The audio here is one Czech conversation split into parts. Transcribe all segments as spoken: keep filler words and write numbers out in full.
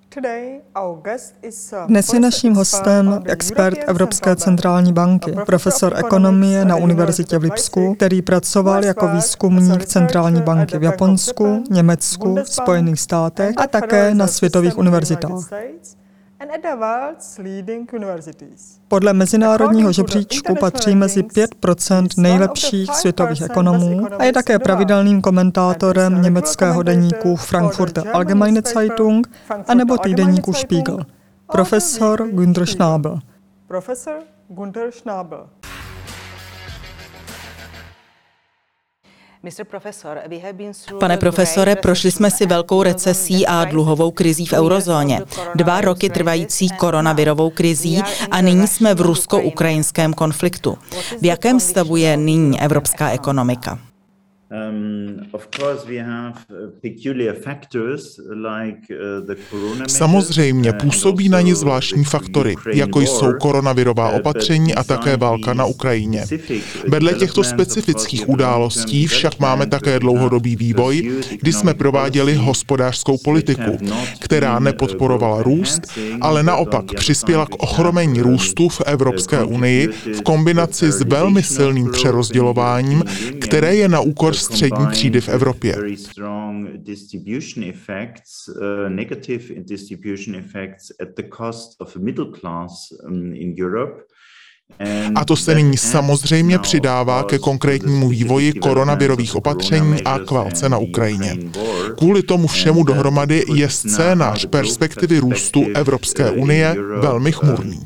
Dnes je naším hostem expert Evropské centrální banky, profesor ekonomie na univerzitě v Lipsku, který pracoval jako výzkumník centrální banky v Japonsku, Německu, Spojených státech a také na světových univerzitách. Podle mezinárodního žebříčku patří mezi pět procent nejlepších světových ekonomů a je také pravidelným komentátorem německého deníku Frankfurter Allgemeine Zeitung a nebo týdeníku Spiegel. Profesor Günther Schnabel. Profesor Günther Schnabel. Pane profesore, prošli jsme si velkou recesí a dluhovou krizí v eurozóně, dva roky trvající koronavirovou krizí a nyní jsme v rusko-ukrajinském konfliktu. V jakém stavu je nyní evropská ekonomika? Samozřejmě působí na ní zvláštní faktory, jako jsou koronavirová opatření a také válka na Ukrajině. Vedle těchto specifických událostí však máme také dlouhodobý vývoj, kdy jsme prováděli hospodářskou politiku, která nepodporovala růst, ale naopak přispěla k ochromení růstu v Evropské unii v kombinaci s velmi silným přerozdělováním, které je na úkor střední třídy v Evropě. A to se nyní samozřejmě přidává ke konkrétnímu vývoji koronavirových opatření a k válce na Ukrajině. Kvůli tomu všemu dohromady je scénář perspektivy růstu Evropské unie velmi chmurný.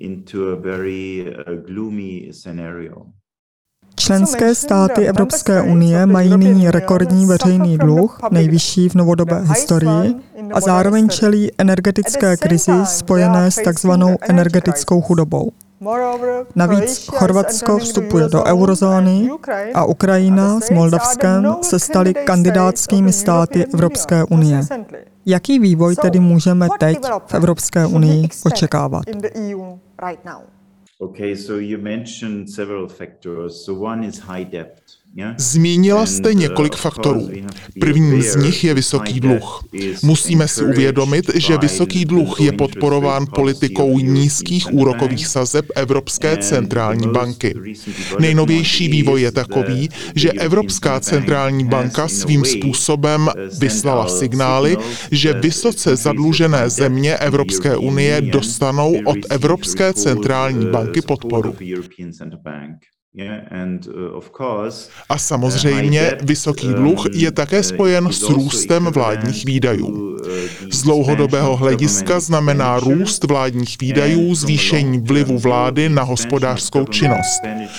Členské státy Evropské unie mají nyní rekordní veřejný dluh, nejvyšší v novodobé historii, a zároveň čelí energetické krizi spojené s takzvanou energetickou chudobou. Navíc Chorvatsko vstupuje do eurozóny a Ukrajina s Moldavskem se staly kandidátskými státy Evropské unie. Jaký vývoj tedy můžeme teď v Evropské unii očekávat? Okay, so you mentioned several factors. So one is high debt. Zmínila jste několik faktorů. Prvním z nich je vysoký dluh. Musíme si uvědomit, že vysoký dluh je podporován politikou nízkých úrokových sazeb Evropské centrální banky. Nejnovější vývoj je takový, že Evropská centrální banka svým způsobem vyslala signály, že vysoce zadlužené země Evropské unie dostanou od Evropské centrální banky podporu. A samozřejmě vysoký dluh je také spojen s růstem vládních výdajů. Z dlouhodobého hlediska znamená růst vládních výdajů zvýšení vlivu vlády na hospodářskou činnost.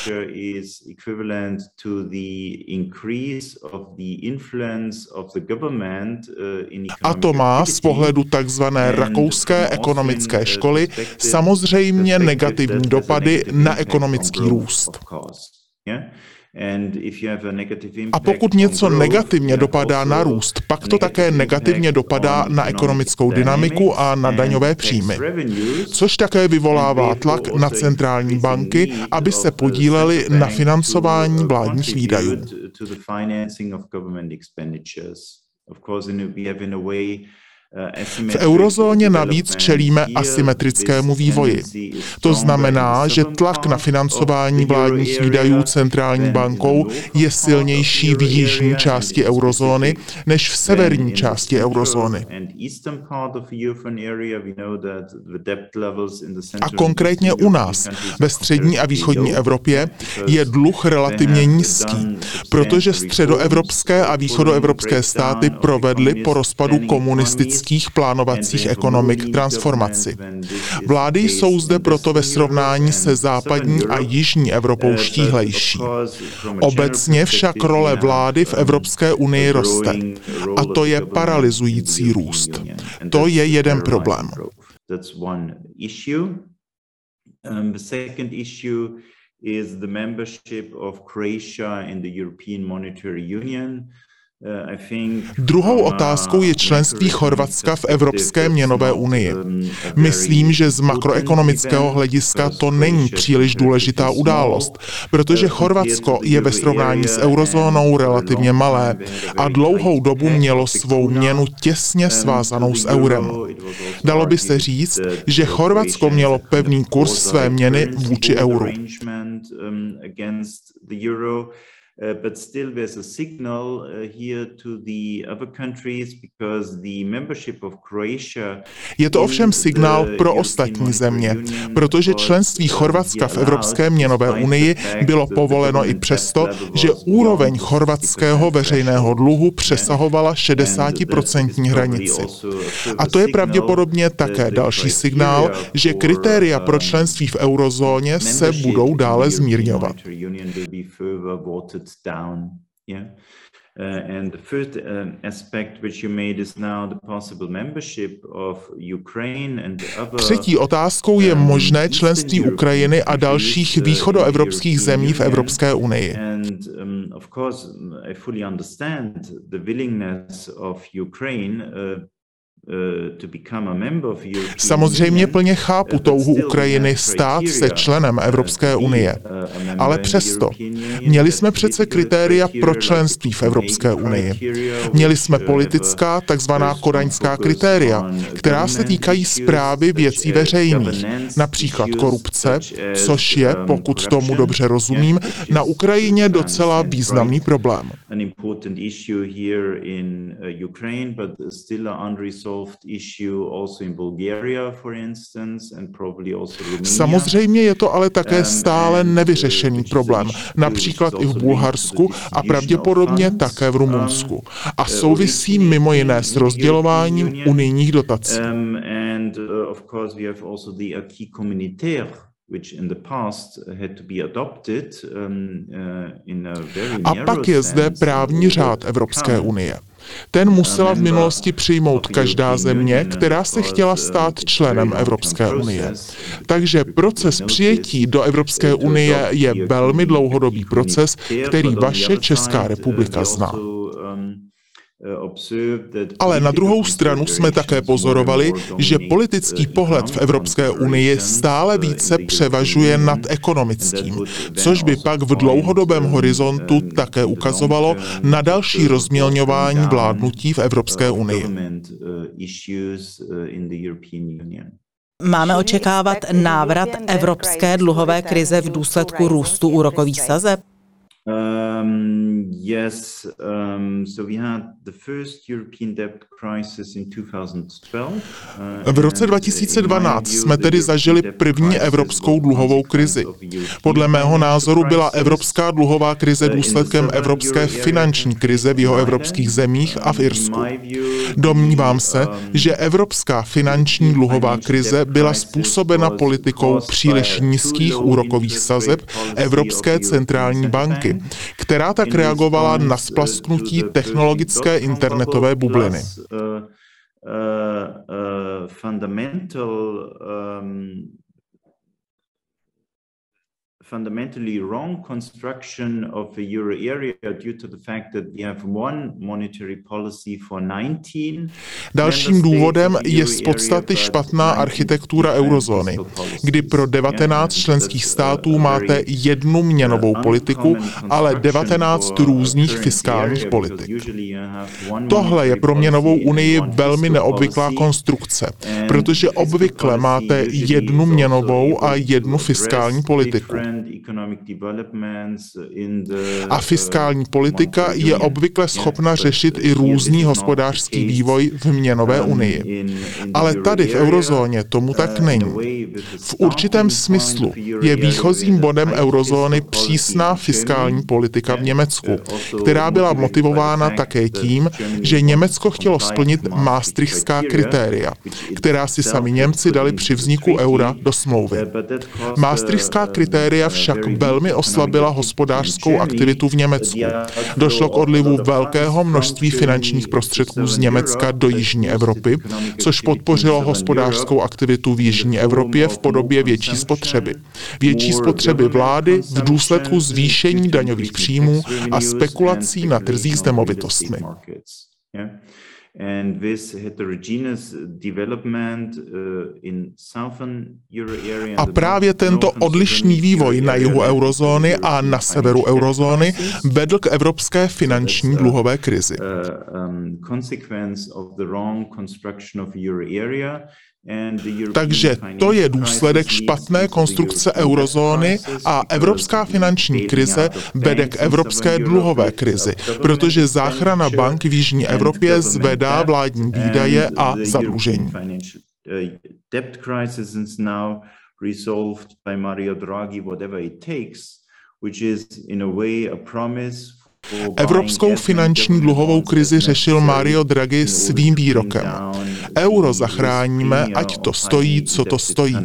A to má z pohledu takzvané rakouské ekonomické školy samozřejmě negativní dopady na ekonomický růst. A pokud něco negativně dopadá na růst, pak to také negativně dopadá na ekonomickou dynamiku a na daňové příjmy, což také vyvolává tlak na centrální banky, aby se podílely na financování vládních výdajů. V eurozóně navíc čelíme asymetrickému vývoji. To znamená, že tlak na financování vládních výdajů centrální bankou je silnější v jižní části eurozóny než v severní části eurozóny. A konkrétně u nás, ve střední a východní Evropě, je dluh relativně nízký, protože středoevropské a východoevropské státy provedly po rozpadu komunistických plánovacích ekonomik transformaci. Vlády jsou zde proto ve srovnání se západní a jižní Evropou štíhlejší. Obecně však role vlády v Evropské unii roste. A to je paralyzující růst. To je jeden problém. Druhou otázkou je členství Chorvatska v Evropské měnové unii. Myslím, že z makroekonomického hlediska to není příliš důležitá událost, protože Chorvatsko je ve srovnání s eurozónou relativně malé a dlouhou dobu mělo svou měnu těsně svázanou s eurem. Dalo by se říct, že Chorvatsko mělo pevný kurz své měny vůči euru. Uh, but still there's a signal uh, here to the other countries because the membership of Croatia. Je to ovšem signál pro ostatní země, protože členství Chorvatska v Evropské měnové unii bylo povoleno i přesto, že úroveň chorvatského veřejného dluhu přesahovala šedesátiprocentní hranici. A to je pravděpodobně také další signál, že kritéria pro členství v eurozóně se budou dále zmírňovat. Down, yeah. Uh, and the third uh, aspect which you made is now the possible membership of Ukraine and the other. Třetí otázkou je možné členství Ukrajiny a dalších východoevropských zemí v Evropské unii. And um, of course I fully understand the willingness of Ukraine uh, Samozřejmě plně chápu touhu Ukrajiny stát se členem Evropské unie. Ale přesto, měli jsme přece kritéria pro členství v Evropské unii. Měli jsme politická, takzvaná kodaňská kritéria, která se týkají správy věcí veřejných, například korupce, což je, pokud tomu dobře rozumím, na Ukrajině docela významný problém. Samozřejmě je to ale také stále nevyřešený problém, například i v Bulharsku a pravděpodobně také v Rumunsku. A souvisí mimo jiné s rozdělováním unijních dotací. A pak je zde právní řád Evropské unie. Ten musela v minulosti přijmout každá země, která se chtěla stát členem Evropské unie. Takže proces přijetí do Evropské unie je velmi dlouhodobý proces, který vaše Česká republika zná. Ale na druhou stranu jsme také pozorovali, že politický pohled v Evropské unii stále více převažuje nad ekonomickým, což by pak v dlouhodobém horizontu také ukazovalo na další rozmělňování vládnutí v Evropské unii. Máme očekávat návrat evropské dluhové krize v důsledku růstu úrokových sazeb? Um, yes, um, so we had the first European debt crisis in two thousand twelve. Uh, v roce dva tisíce dvanáct jsme tedy zažili první evropskou dluhovou krizi. Podle mého názoru byla evropská dluhová krize důsledkem evropské finanční krize v jihoevropských zemích a v Irsku. Domnívám se, že evropská finanční dluhová krize byla způsobena politikou příliš nízkých úrokových sazeb Evropské centrální banky, která tak reagovala na splasknutí technologické internetové bubliny. Fundamentally wrong construction of the euro area due to the fact that we have one monetary policy for nineteen. Dalším důvodem je z podstaty špatná architektura eurozóny, kdy pro devatenáct členských států máte jednu měnovou politiku, ale devatenáct různých fiskálních politik. Tohle je pro měnovou unii velmi neobvyklá konstrukce, protože obvykle máte jednu měnovou a jednu fiskální politiku. A fiskální politika je obvykle schopna řešit i různý hospodářský vývoj v měnové unii. Ale tady v eurozóně tomu tak není. V určitém smyslu je výchozím bodem eurozóny přísná fiskální politika v Německu, která byla motivována také tím, že Německo chtělo splnit maastrichtská kritéria, která si sami Němci dali při vzniku eura do smlouvy. Maastrichtská kritéria však však velmi oslabila hospodářskou aktivitu v Německu. Došlo k odlivu velkého množství finančních prostředků z Německa do jižní Evropy, což podpořilo hospodářskou aktivitu v jižní Evropě v podobě větší spotřeby. Větší spotřeby vlády v důsledku zvýšení daňových příjmů a spekulací na trzích s nemovitostmi. And this heterogeneous development in southern euro area. A právě tento odlišný vývoj na jihu eurozóny a na severu eurozóny vedl k evropské finanční dluhové krizi. Takže to je důsledek špatné konstrukce eurozóny a evropská finanční krize vede k evropské dluhové krizi, protože záchrana bank v jižní Evropě zvedá vládní výdaje a zadlužení. Evropskou finanční dluhovou krizi řešil Mario Draghi svým výrokem. Euro zachráníme, ať to stojí, co to stojí.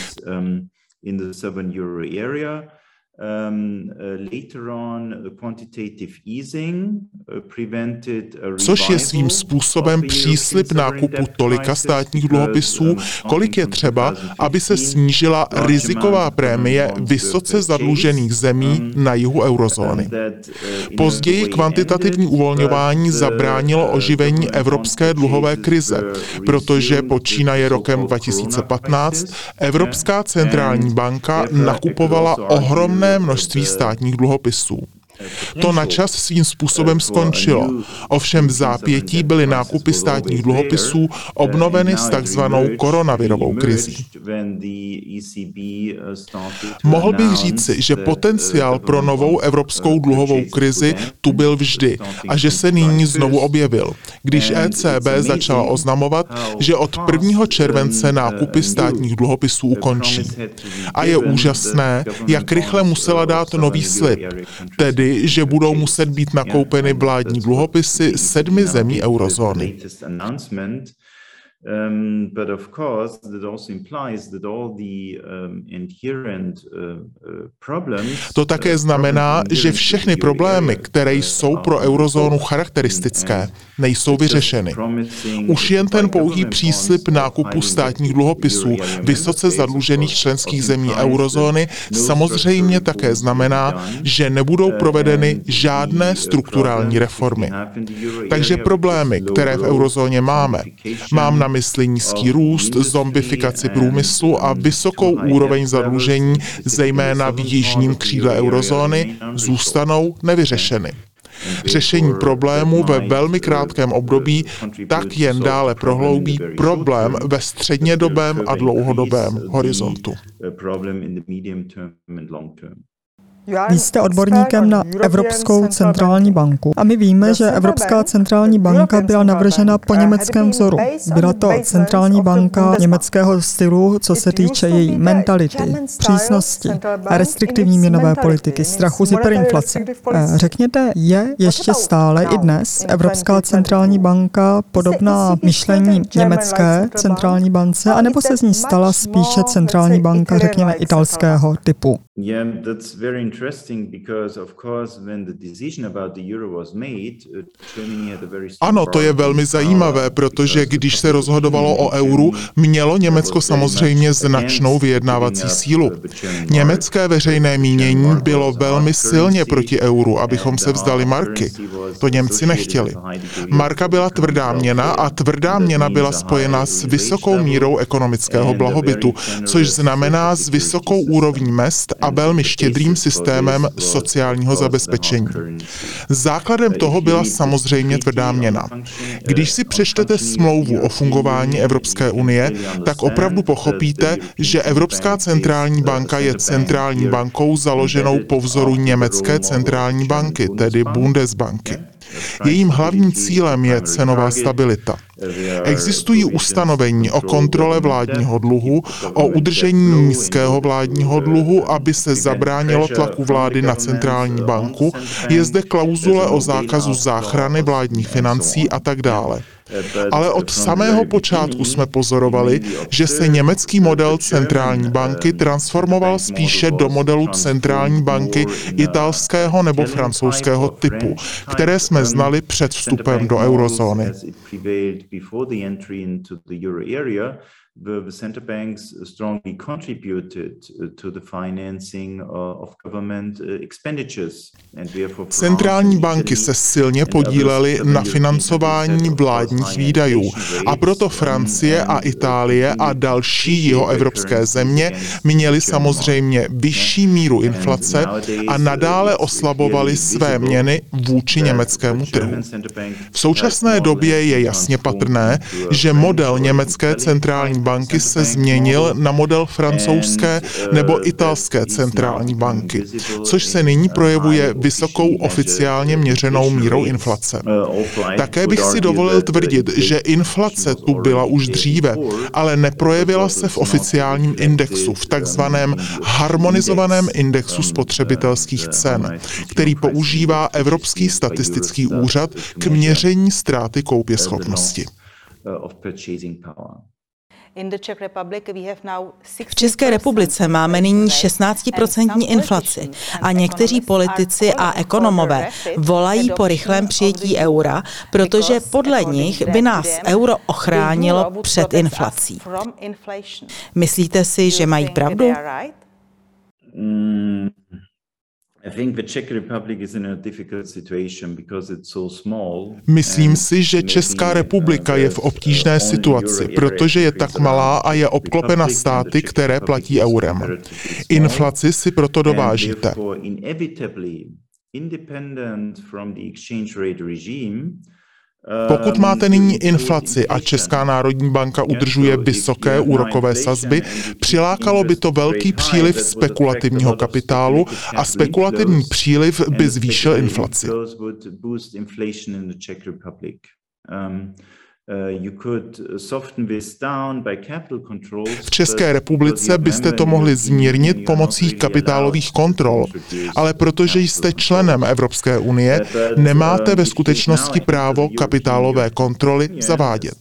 Což je svým způsobem příslib nákupu tolika státních dluhopisů, kolik je třeba, aby se snížila riziková prémie vysoce zadlužených zemí na jihu eurozóny. Později kvantitativní uvolňování zabránilo oživení evropské dluhové krize, protože počínaje rokem dva tisíce patnáct Evropská centrální banka nakupovala ohromné množství státních dluhopisů. To na čas svým způsobem skončilo. Ovšem v zápětí byly nákupy státních dluhopisů obnoveny s takzvanou koronavirovou krizí. Mohl bych říci, že potenciál pro novou evropskou dluhovou krizi tu byl vždy a že se nyní znovu objevil, když E C B začala oznamovat, že od prvního července nákupy státních dluhopisů ukončí. A je úžasné, jak rychle musela dát nový slib, tedy že budou muset být nakoupeny vládní dluhopisy sedmi zemí eurozóny. Um, but of course, that also implies that all the um, inherent uh, uh, problems. To také znamená, že všechny problémy, které jsou pro eurozónu charakteristické, nejsou vyřešeny. Už jen ten pouhý příslib nákupu státních dluhopisů vysoce zadlužených členských zemí eurozóny samozřejmě také znamená, že nebudou provedeny žádné strukturální reformy. Takže problémy, které v eurozóně máme, mám na mysli nízký růst, zombifikaci průmyslu a vysokou úroveň zadlužení, zejména v jižním křídle eurozóny, zůstanou nevyřešeny. Řešení problému ve velmi krátkém období tak jen dále prohloubí problém ve střednědobém a dlouhodobém horizontu. Vy jste odborníkem na Evropskou centrální banku a my víme, že Evropská centrální banka byla navržena po německém vzoru. Byla to centrální banka německého stylu, co se týče její mentality, přísnosti, restriktivní měnové politiky, strachu z hyperinflace. Řekněte, je ještě stále i dnes Evropská centrální banka podobná myšlení německé centrální bance, anebo se z ní stala spíše centrální banka, řekněme, italského typu? Yeah, that's very interesting because of course when the decision about the euro was made, Germany had a very Ano, to je velmi zajímavé, protože když se rozhodovalo o euru, mělo Německo samozřejmě značnou vyjednávací sílu. Německé veřejné mínění bylo velmi silně proti euru, abychom se vzdali marky. To Němci nechtěli. Marka byla tvrdá měna a tvrdá měna byla spojena s vysokou mírou ekonomického blahobytu, což znamená s vysokou úrovní mezd a velmi štědrým systémem sociálního zabezpečení. Základem toho byla samozřejmě tvrdá měna. Když si přečtete smlouvu o fungování Evropské unie, tak opravdu pochopíte, že Evropská centrální banka je centrální bankou založenou po vzoru německé centrální banky, tedy Bundesbanky. Jejím hlavním cílem je cenová stabilita. Existují ustanovení o kontrole vládního dluhu, o udržení nízkého vládního dluhu, aby se zabránilo tlaku vlády na centrální banku, je zde klauzule o zákazu záchrany vládních financí a tak dále. Ale od samého počátku jsme pozorovali, že se německý model centrální banky transformoval spíše do modelu centrální banky italského nebo francouzského typu, které jsme znali před vstupem do eurozóny. The central banks strongly contributed to the financing of government expenditures. Centrální banky se silně podílely na financování vládních výdajů a proto Francie a Itálie a další jihoevropské země měly samozřejmě vyšší míru inflace a nadále oslabovaly své měny vůči německému trhu. V současné době je jasně patrné, že model německé centrální banky se změnil na model francouzské nebo italské centrální banky, což se nyní projevuje vysokou oficiálně měřenou mírou inflace. Také bych si dovolil tvrdit, že inflace tu byla už dříve, ale neprojevila se v oficiálním indexu, v takzvaném harmonizovaném indexu spotřebitelských cen, který používá Evropský statistický úřad k měření ztráty koupěschopnosti. V České republice máme nyní šestnáctiprocentní inflaci a někteří politici a ekonomové volají po rychlém přijetí eura, protože podle nich by nás euro ochránilo před inflací. Myslíte si, že mají pravdu? Myslím si, že Česká republika je v obtížné situaci, protože je tak malá a je obklopena státy, které platí eurem. Inflaci si proto dovážíte. Pokud máte nyní inflaci a Česká národní banka udržuje vysoké úrokové sazby, přilákalo by to velký příliv spekulativního kapitálu a spekulativní příliv by zvýšil inflaci. V České republice byste to mohli zmírnit pomocí kapitálových kontrol, ale protože jste členem Evropské unie, nemáte ve skutečnosti právo kapitálové kontroly zavádět.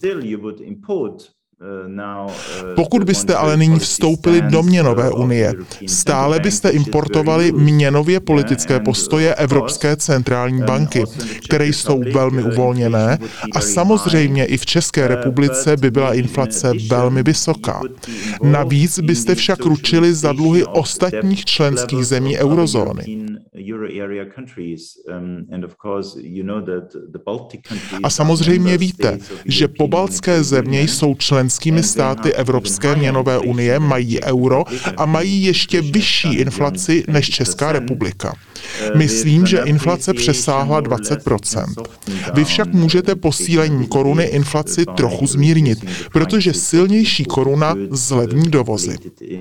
Pokud byste ale nyní vstoupili do měnové unie, stále byste importovali měnově politické postoje Evropské centrální banky, které jsou velmi uvolněné a samozřejmě i v České republice by byla inflace velmi vysoká. Navíc byste však ručili za dluhy ostatních členských zemí eurozóny. A samozřejmě víte, že pobaltské země jsou členskými státy Evropské měnové unie, mají euro a mají ještě vyšší inflaci než Česká republika. Myslím, že inflace přesáhla dvacet procent. Vy však můžete posílením koruny inflaci trochu zmírnit, protože silnější koruna zlevní dovozy.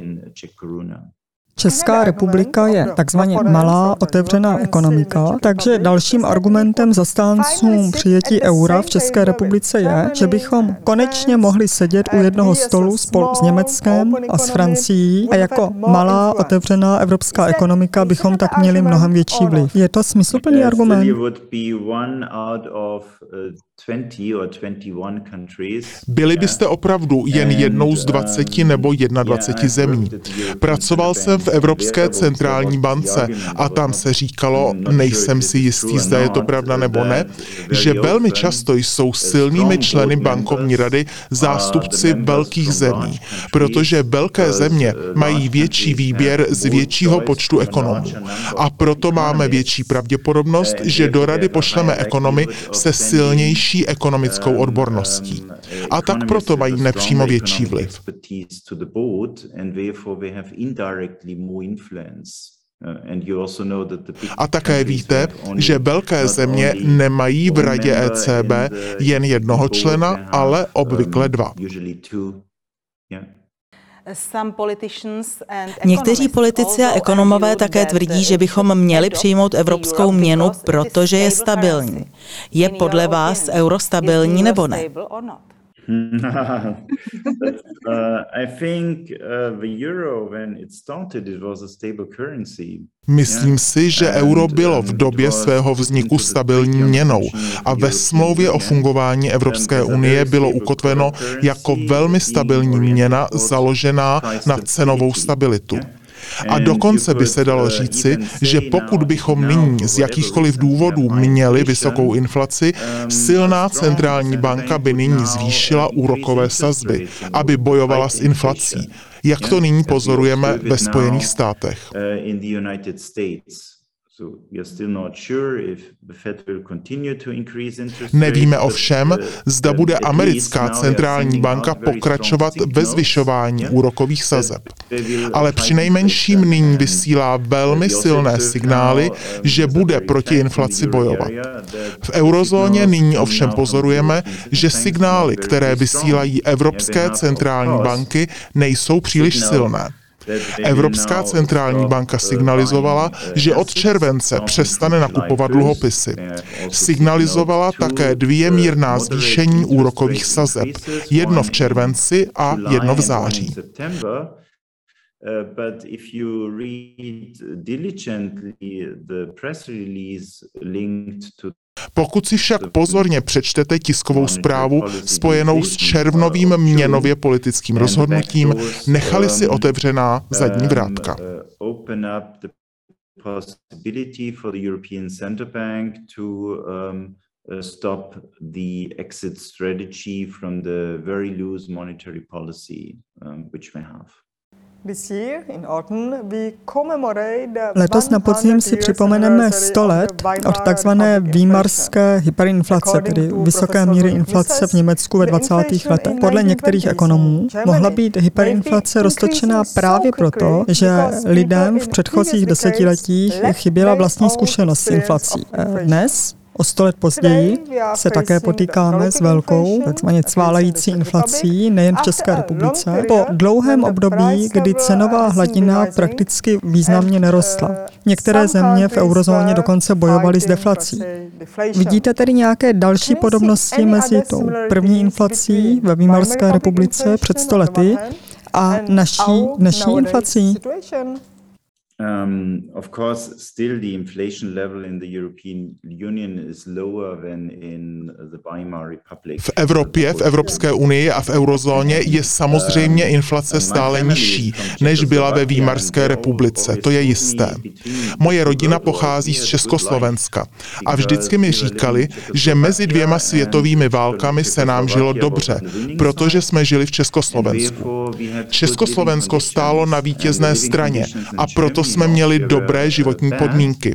Česká republika je takzvaně malá otevřená ekonomika, takže dalším argumentem zastáncům přijetí eura v České republice je, že bychom konečně mohli sedět u jednoho stolu spolu s Německem a s Francií a jako malá otevřená evropská ekonomika bychom tak měli mnohem větší vliv. Je to smysluplný argument? Byli byste opravdu jen jednou z dvaceti nebo jednadvaceti zemí. Pracoval jsem v Evropské centrální bance a tam se říkalo, nejsem si jistý, zda je to pravda nebo ne, že velmi často jsou silnými členy bankovní rady zástupci velkých zemí, protože velké země mají větší výběr z většího počtu ekonomů. A proto máme větší pravděpodobnost, že do rady pošleme ekonomy se silnější ekonomickou odborností. A tak proto mají nepřímo větší vliv. A také víte, že velké země nemají v radě E C B jen jednoho člena, ale obvykle dva. Někteří politici a ekonomové také tvrdí, že bychom měli přijmout evropskou měnu, protože je stabilní. Je podle vás euro stabilní nebo ne? Myslím si, že euro bylo v době svého vzniku stabilní měnou a ve smlouvě o fungování Evropské unie bylo ukotveno jako velmi stabilní měna založená na cenovou stabilitu. A dokonce by se dalo říci, že pokud bychom nyní z jakýchkoliv důvodů měli vysokou inflaci, silná centrální banka by nyní zvýšila úrokové sazby, aby bojovala s inflací, jak to nyní pozorujeme ve Spojených státech. Nevíme ovšem, zda bude americká centrální banka pokračovat ve zvyšování úrokových sazeb. Ale přinejmenším nyní vysílá velmi silné signály, že bude proti inflaci bojovat. V eurozóně nyní ovšem pozorujeme, že signály, které vysílají evropské centrální banky, nejsou příliš silné. Evropská centrální banka signalizovala, že od července přestane nakupovat dluhopisy. Signalizovala také dvě mírná zvýšení úrokových sazeb, jedno v červenci a jedno v září. But if you read diligently the press release linked to Pokud si však pozorně přečtete tiskovou zprávu spojenou s červnovým měnově politickým rozhodnutím, nechali si otevřená zadní vrátka. Stop the exit strategy from the very loose monetary policy um, which we have. Letos na podzim si připomeneme sto let od takzvané výmarské hyperinflace, tedy vysoké míry inflace v Německu ve dvacátých letech. Podle některých ekonomů mohla být hyperinflace roztočená právě proto, že lidem v předchozích desetiletích chyběla vlastní zkušenost s inflací. Dnes, o sto let později, se také potýkáme s velkou, takzvaně cválející inflací nejen v České republice, po dlouhém období, kdy cenová hladina prakticky významně nerostla. Některé země v eurozóně dokonce bojovaly s deflací. Vidíte tedy nějaké další podobnosti mezi tou první inflací ve Výmarské republice před sto lety a naší dnešní inflací? Um, of course, still the inflation level in the European Union is lower than in the Weimar Republic. V Evropě, v Evropské unii a v eurozóně je samozřejmě inflace stále nižší, než byla ve Výmarské republice, to je jisté. Moje rodina pochází z Československa a vždycky mi říkali, že mezi dvěma světovými válkami se nám žilo dobře, protože jsme žili v Československu. Československo stálo na vítězné straně a proto jsme měli dobré životní podmínky.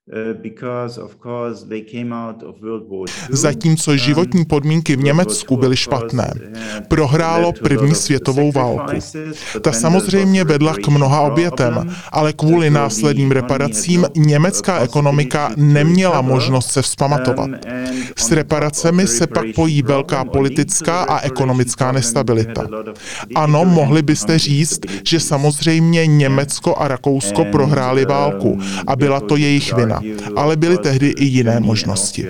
Zatímco životní podmínky v Německu byly špatné. Prohrálo první světovou válku. Ta samozřejmě vedla k mnoha obětem, ale kvůli následným reparacím německá ekonomika neměla možnost se vzpamatovat. S reparacemi se pak pojí velká politická a ekonomická nestabilita. Ano, mohli byste říct, že samozřejmě Německo a Rakousko prohráli válku a byla to jejich vina. Ale byly tehdy i jiné možnosti.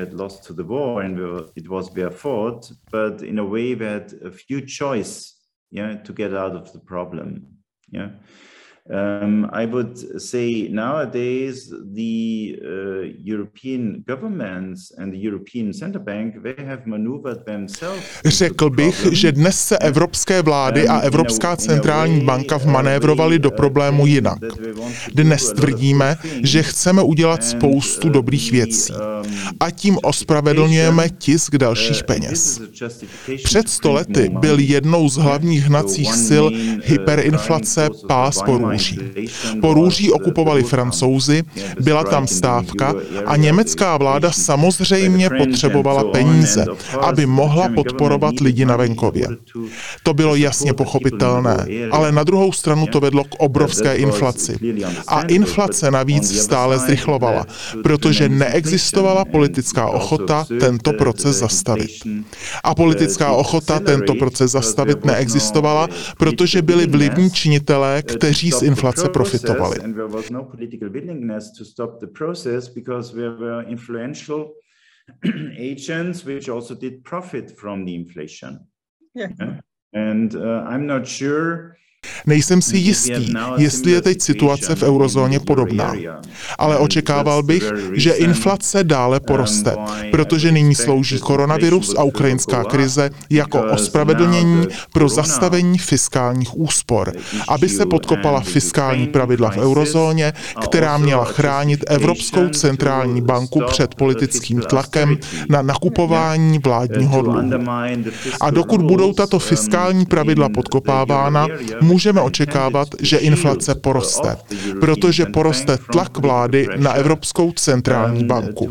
Um, I would say nowadays the uh, European governments and the European Central Bank, they have maneuvered themselves. Řekl bych, že dnes se evropské vlády a Evropská centrální banka vmanévrovaly do problému jinak. Dnes tvrdíme, že chceme udělat spoustu dobrých věcí a tím ospravedlňujeme tisk dalších peněz. Před sto lety byl jednou z hlavních hnacích sil hyperinflace pás porůří. Porůří okupovali Francouzi, byla tam stávka a německá vláda samozřejmě potřebovala peníze, aby mohla podporovat lidi na venkově. To bylo jasně pochopitelné, ale na druhou stranu to vedlo k obrovské inflaci. A inflace navíc stále zrychlovala, protože neexistovala politická ochota tento proces zastavit. A politická ochota tento proces zastavit neexistovala, protože byli vlivní činitelé, kteří z inflace profitovali. Yeah. And uh, I'm not sure. Nejsem si jistý, jestli je teď situace v eurozóně podobná, ale očekával bych, že inflace dále poroste, protože nyní slouží koronavirus a ukrajinská krize jako ospravedlnění pro zastavení fiskálních úspor, aby se podkopala fiskální pravidla v eurozóně, která měla chránit Evropskou centrální banku před politickým tlakem na nakupování vládního dluhu. A dokud budou tato fiskální pravidla podkopávána, můžeme očekávat, že inflace poroste, protože poroste tlak vlády na Evropskou centrální banku.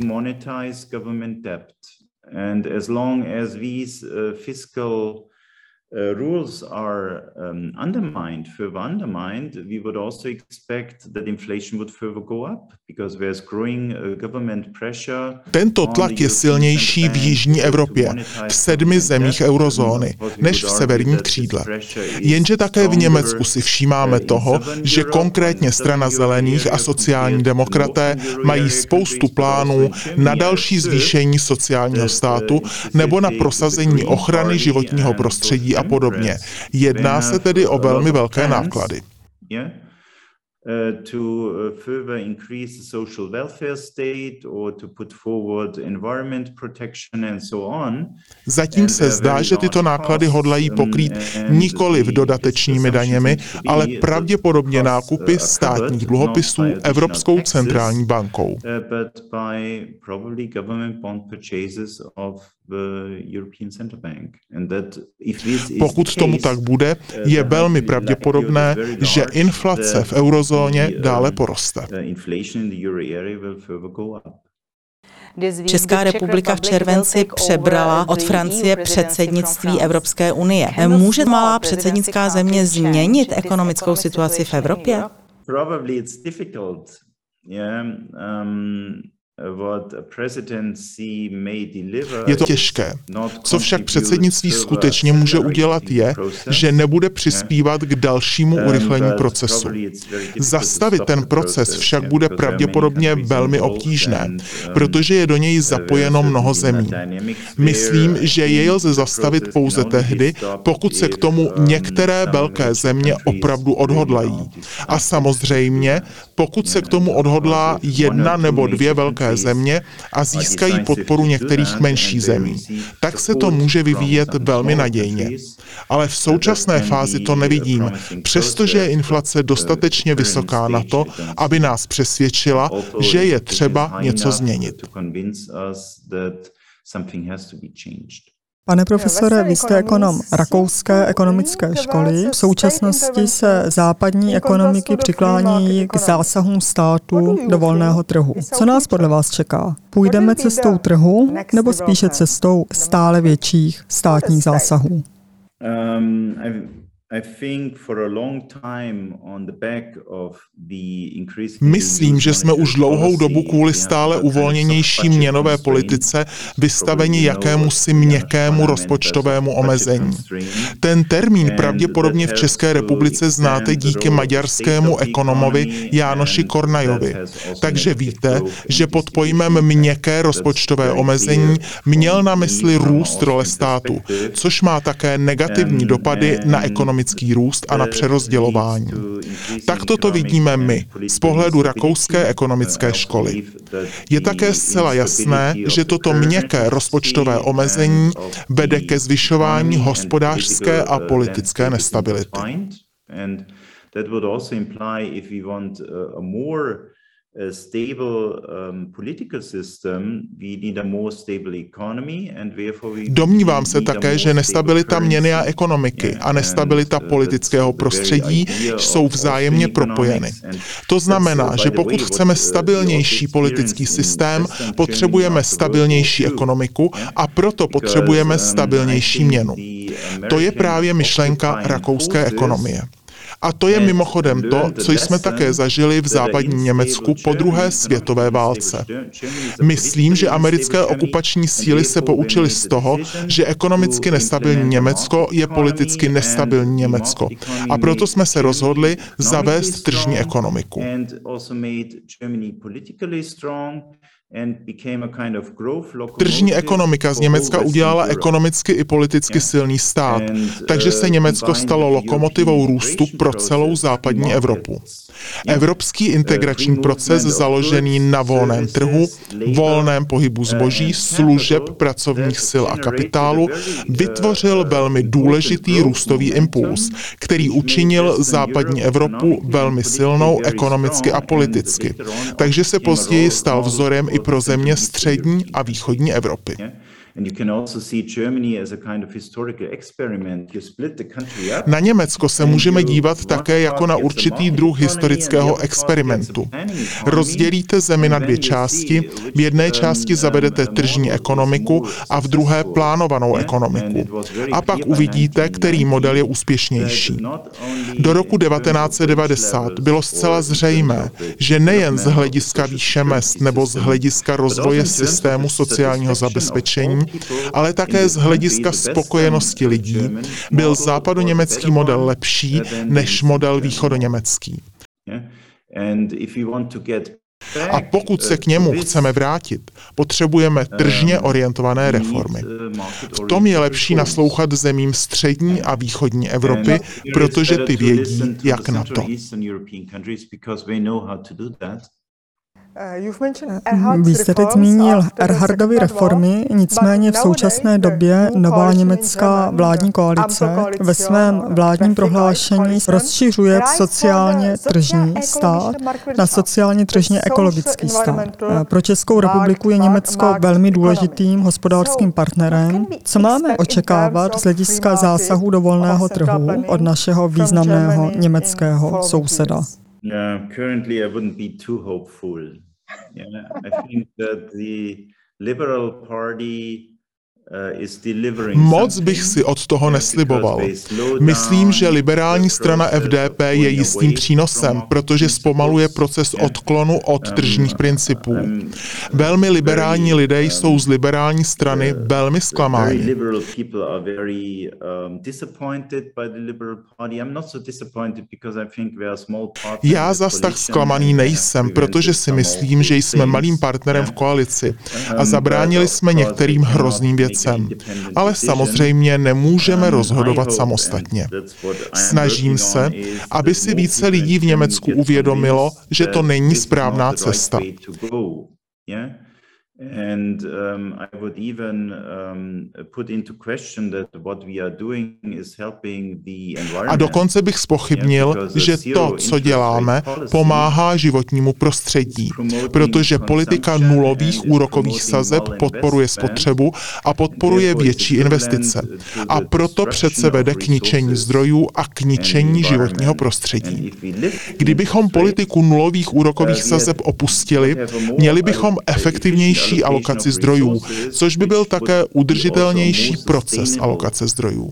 Uh, rules are um, undermined, further undermined, we would also expect that inflation would further go up because there's growing uh, government pressure. Tento tlak je silnější v jižní Evropě, v sedmi zemích eurozóny, než v severním křídle. Jenže také v Německu si všímáme toho, že konkrétně strana zelených a sociální demokraté mají spoustu plánů na další zvýšení sociálního státu nebo na prosazení ochrany životního prostředí a podobně. Jedná se tedy o velmi velké náklady. To further increase the social welfare state or to put forward environment protection and so on. Zatím se zdá, že tyto náklady hodlají pokrýt nikoliv dodatečnými daněmi, ale pravděpodobně nákupy státních dluhopisů Evropskou centrální bankou. But by probably government bond purchases of the European Central Bank. And that if this is Pokud tomu tak bude, je velmi pravděpodobné, že inflace v eurozóně dále poroste. Česká republika v červenci přebrala od Francie předsednictví Evropské unie. Může malá předsednická země změnit ekonomickou situaci v Evropě? Je to těžké. Co však předsednictví skutečně může udělat je, že nebude přispívat k dalšímu urychlení procesu. Zastavit ten proces však bude pravděpodobně velmi obtížné, protože je do něj zapojeno mnoho zemí. Myslím, že jej lze zastavit pouze tehdy, pokud se k tomu některé velké země opravdu odhodlají. A samozřejmě, pokud se k tomu odhodlá jedna nebo dvě velké země a získají podporu některých menších zemí, tak se to může vyvíjet velmi nadějně. Ale v současné fázi to nevidím, přestože je inflace dostatečně vysoká na to, aby nás přesvědčila, že je třeba něco změnit. Pane profesore, vy jste ekonom Rakouské ekonomické školy. V současnosti se západní ekonomiky přiklání k zásahům státu do volného trhu. Co nás podle vás čeká? Půjdeme cestou trhu nebo spíše cestou stále větších státních zásahů? Um, Myslím, že jsme už dlouhou dobu kvůli stále uvolněnější měnové politice vystaveni jakémusi měkkému rozpočtovému omezení. Ten termín pravděpodobně v České republice znáte díky maďarskému ekonomovi Jánoši Kornajovi. Takže víte, že pod pojmem měkké rozpočtové omezení měl na mysli růst role státu, což má také negativní dopady na ekonomický růst a na přerozdělování. Takto to vidíme my, z pohledu Rakouské ekonomické školy. Je také zcela jasné, že toto měkké rozpočtové omezení vede ke zvyšování hospodářské a politické nestability. A stable um, political system, we need a more stable economy and therefore we Domnívám se také, že nestabilita měny a ekonomiky a nestabilita politického prostředí jsou vzájemně propojeny. To znamená, že pokud chceme stabilnější politický systém, potřebujeme stabilnější ekonomiku a proto potřebujeme stabilnější měnu. To je právě myšlenka rakouské ekonomie. A to je mimochodem to, co jsme také zažili v západním Německu po druhé světové válce. Myslím, že americké okupační síly se poučily z toho, že ekonomicky nestabilní Německo je politicky nestabilní Německo. A proto jsme se rozhodli zavést tržní ekonomiku. Tržní ekonomika z Německa udělala ekonomicky i politicky silný stát, takže se Německo stalo lokomotivou růstu pro celou západní Evropu. Evropský integrační proces založený na volném trhu, volném pohybu zboží, služeb, pracovních sil a kapitálu vytvořil velmi důležitý růstový impuls, který učinil západní Evropu velmi silnou ekonomicky a politicky. Takže se později stal vzorem i pro země střední a východní Evropy. Na Německo se můžeme dívat také jako na určitý druh historického experimentu. Rozdělíte zemi na dvě části, v jedné části zavedete tržní ekonomiku a v druhé plánovanou ekonomiku. A pak uvidíte, který model je úspěšnější. Do roku devatenáct set devadesát bylo zcela zřejmé, že nejen z hlediska výše mezd nebo z hlediska rozvoje systému sociálního zabezpečení, ale také z hlediska spokojenosti lidí byl západoněmecký model lepší než model východoněmecký. A pokud se k němu chceme vrátit, potřebujeme tržně orientované reformy. V tom je lepší naslouchat zemím střední a východní Evropy, protože ty vědí, jak na to. Vy jste teď zmínil Erhardovy reformy, nicméně v současné době nová německá vládní koalice ve svém vládním prohlášení rozšiřuje sociálně tržní stát na sociálně tržně ekologický stát. Pro Českou republiku je Německo velmi důležitým hospodářským partnerem. Co máme očekávat z hlediska zásahu do volného trhu od našeho významného německého souseda? Yeah, currently I wouldn't be too hopeful. Yeah, I think that the Liberal Party Moc bych si od toho nesliboval. Myslím, že liberální strana F D P je jistým přínosem, protože zpomaluje proces odklonu od tržních principů. Velmi liberální lidé jsou z liberální strany velmi zklamáni. Já zas tak zklamaný nejsem, protože si myslím, že jsme malým partnerem v koalici a zabránili jsme některým hrozným věcem. Ale samozřejmě nemůžeme rozhodovat samostatně. Snažím se, aby si více lidí v Německu uvědomilo, že to není správná cesta. And um, I would even um, put into question that what we are doing is helping the environment. A dokonce bych zpochybnil, že to, co děláme, pomáhá životnímu prostředí, protože politika nulových úrokových sazeb podporuje spotřebu a podporuje větší investice. A proto přece vede k ničení zdrojů a k ničení životního prostředí. Kdybychom politiku nulových úrokových sazeb opustili, měli bychom efektivnější alokaci zdrojů, což by byl také udržitelnější proces alokace zdrojů.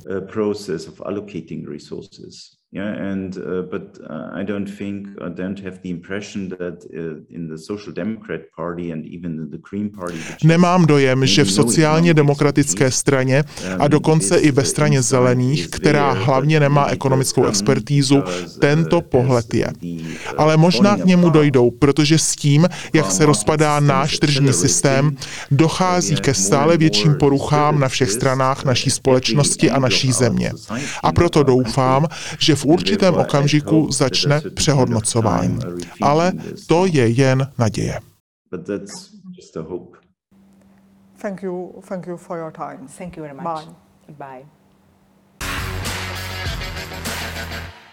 Yeah, and uh, but uh, I don't think I don't have the impression that uh, in the Social Democrat Party and even the Green Party. Nemám dojem, že v sociálně demokratické straně a dokonce i ve straně zelených, která hlavně nemá ekonomickou expertízu, tento pohled je. Ale možná k němu dojdou, protože s tím, jak se rozpadá náš tržní systém, dochází ke stále větším poruchám na všech stranách naší společnosti a naší země. A proto doufám, že v určitém okamžiku začne přehodnocování. Ale to je jen naděje. Thank you, thank you for your time. Thank you very much. Bye. Goodbye.